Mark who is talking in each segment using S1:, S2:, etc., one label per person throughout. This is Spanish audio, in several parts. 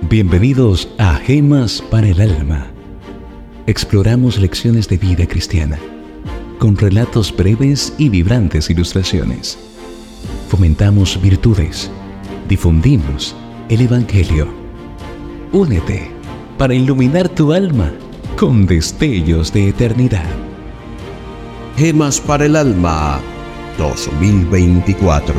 S1: Bienvenidos a Gemas para el Alma. Exploramos lecciones de vida cristiana, con relatos breves y vibrantes ilustraciones. Fomentamos virtudes, difundimos el Evangelio. Únete para iluminar tu alma con destellos de eternidad.
S2: Gemas para el Alma 2024.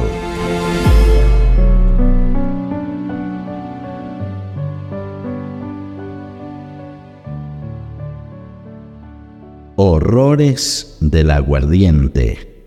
S2: Horrores del aguardiente.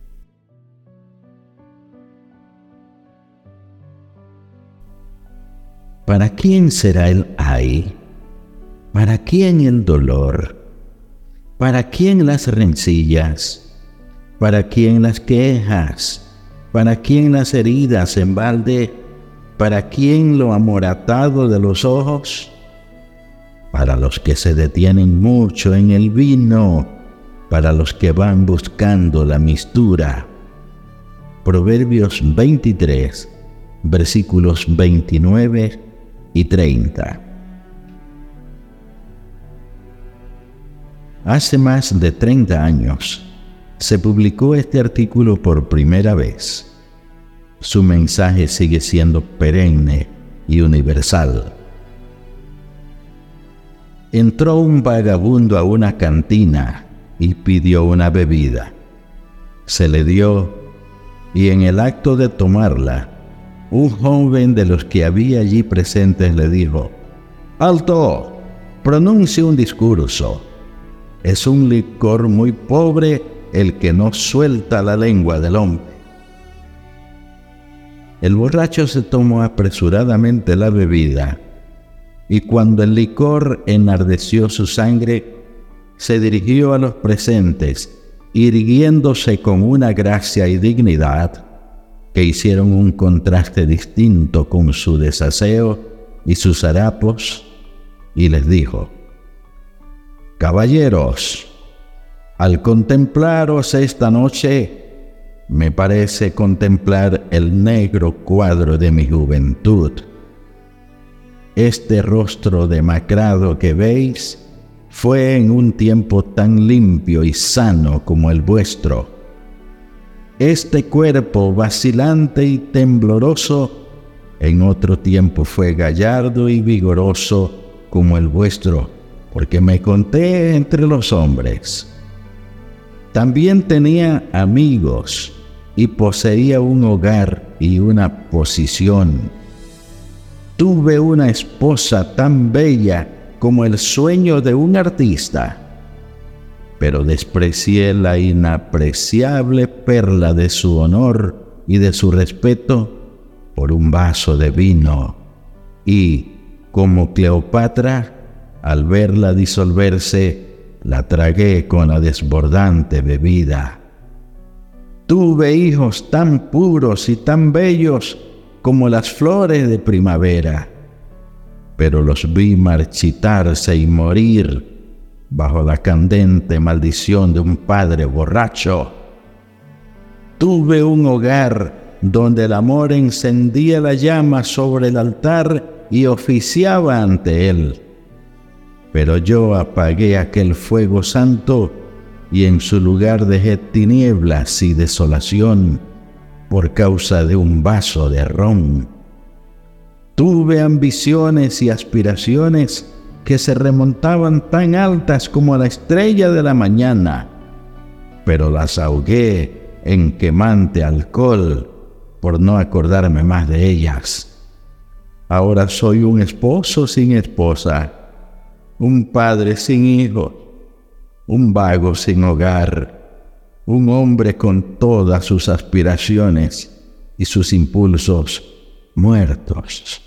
S2: ¿Para quién será el ay? ¿Para quién el dolor? ¿Para quién las rencillas? ¿Para quién las quejas? ¿Para quién las heridas en balde? ¿Para quién lo amoratado de los ojos? Para los que se detienen mucho en el vino, para los que van buscando la mistura. Proverbios 23, versículos 29 y 30. Hace más de 30 años se publicó este artículo por primera vez. Su mensaje sigue siendo perenne y universal. Entró un vagabundo a una cantina y pidió una bebida. Se le dio, y en el acto de tomarla, un joven de los que había allí presentes le dijo: «¡Alto! Pronuncie un discurso. Es un licor muy pobre el que no suelta la lengua del hombre». El borracho se tomó apresuradamente la bebida, y cuando el licor enardeció su sangre, se dirigió a los presentes, irguiéndose con una gracia y dignidad que hicieron un contraste distinto con su desaseo y sus harapos, y les dijo: «Caballeros, al contemplaros esta noche, me parece contemplar el negro cuadro de mi juventud. Este rostro demacrado que veis fue en un tiempo tan limpio y sano como el vuestro. Este cuerpo vacilante y tembloroso en otro tiempo fue gallardo y vigoroso como el vuestro, porque me conté entre los hombres. También tenía amigos y poseía un hogar y una posición. Tuve una esposa tan bella como el sueño de un artista, pero desprecié la inapreciable perla de su honor y de su respeto por un vaso de vino, y, como Cleopatra, al verla disolverse, la tragué con la desbordante bebida. Tuve hijos tan puros y tan bellos como las flores de primavera, pero los vi marchitarse y morir bajo la candente maldición de un padre borracho. Tuve un hogar donde el amor encendía la llama sobre el altar y oficiaba ante él, pero yo apagué aquel fuego santo y en su lugar dejé tinieblas y desolación por causa de un vaso de ron. Tuve ambiciones y aspiraciones que se remontaban tan altas como la estrella de la mañana, pero las ahogué en quemante alcohol por no acordarme más de ellas. Ahora soy un esposo sin esposa, un padre sin hijos, un vago sin hogar, un hombre con todas sus aspiraciones y sus impulsos muertos».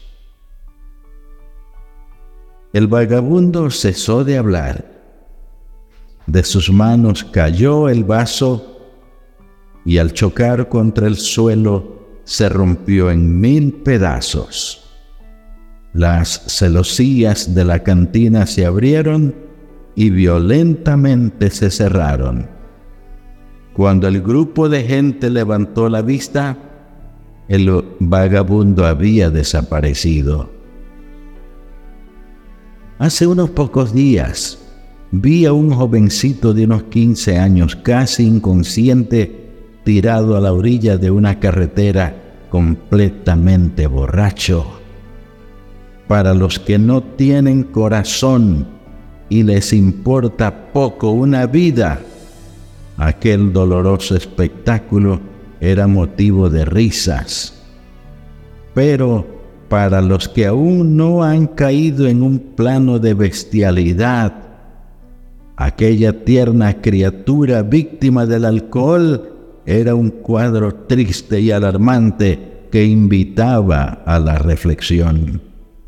S2: El vagabundo cesó de hablar. De sus manos cayó el vaso y al chocar contra el suelo se rompió en 1000 pedazos. Las celosías de la cantina se abrieron y violentamente se cerraron. Cuando el grupo de gente levantó la vista, el vagabundo había desaparecido. Hace unos pocos días vi a un jovencito de unos 15 años, casi inconsciente, tirado a la orilla de una carretera, completamente borracho. Para los que no tienen corazón y les importa poco una vida, aquel doloroso espectáculo era motivo de risas. Pero para los que aún no han caído en un plano de bestialidad, aquella tierna criatura víctima del alcohol era un cuadro triste y alarmante que invitaba a la reflexión.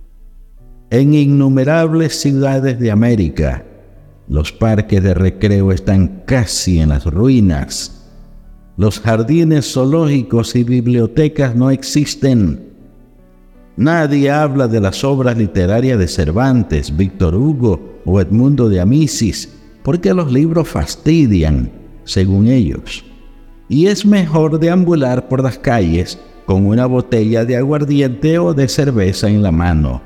S2: En innumerables ciudades de América, los parques de recreo están casi en las ruinas. Los jardines zoológicos y bibliotecas no existen. Nadie habla de las obras literarias de Cervantes, Víctor Hugo o Edmundo de Amicis, porque los libros fastidian, según ellos. Y es mejor deambular por las calles con una botella de aguardiente o de cerveza en la mano.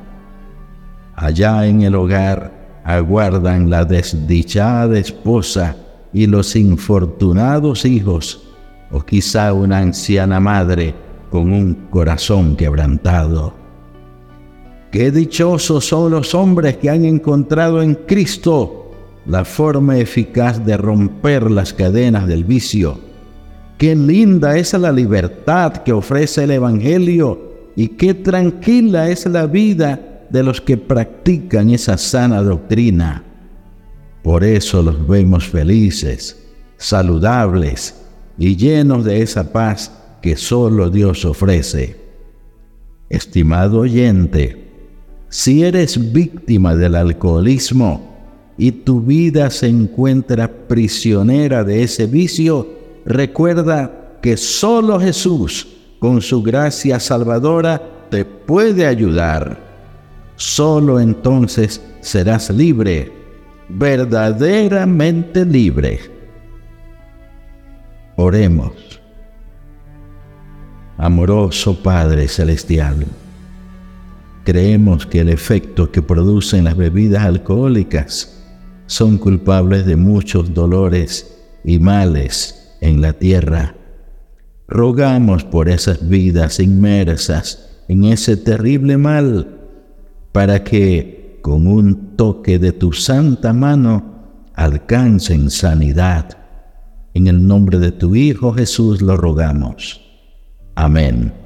S2: Allá en el hogar aguardan la desdichada esposa y los infortunados hijos, o quizá una anciana madre con un corazón quebrantado. ¡Qué dichosos son los hombres que han encontrado en Cristo la forma eficaz de romper las cadenas del vicio! ¡Qué linda es la libertad que ofrece el Evangelio! Y qué tranquila es la vida de los que practican esa sana doctrina. Por eso los vemos felices, saludables y llenos de esa paz que solo Dios ofrece. Estimado oyente, si eres víctima del alcoholismo y tu vida se encuentra prisionera de ese vicio, recuerda que solo Jesús, con su gracia salvadora, te puede ayudar. Solo entonces serás libre, verdaderamente libre. Oremos. Amoroso Padre Celestial, creemos que el efecto que producen las bebidas alcohólicas son culpables de muchos dolores y males en la tierra. Rogamos por esas vidas inmersas en ese terrible mal, para que con un toque de tu santa mano alcancen sanidad. En el nombre de tu Hijo Jesús lo rogamos. Amén.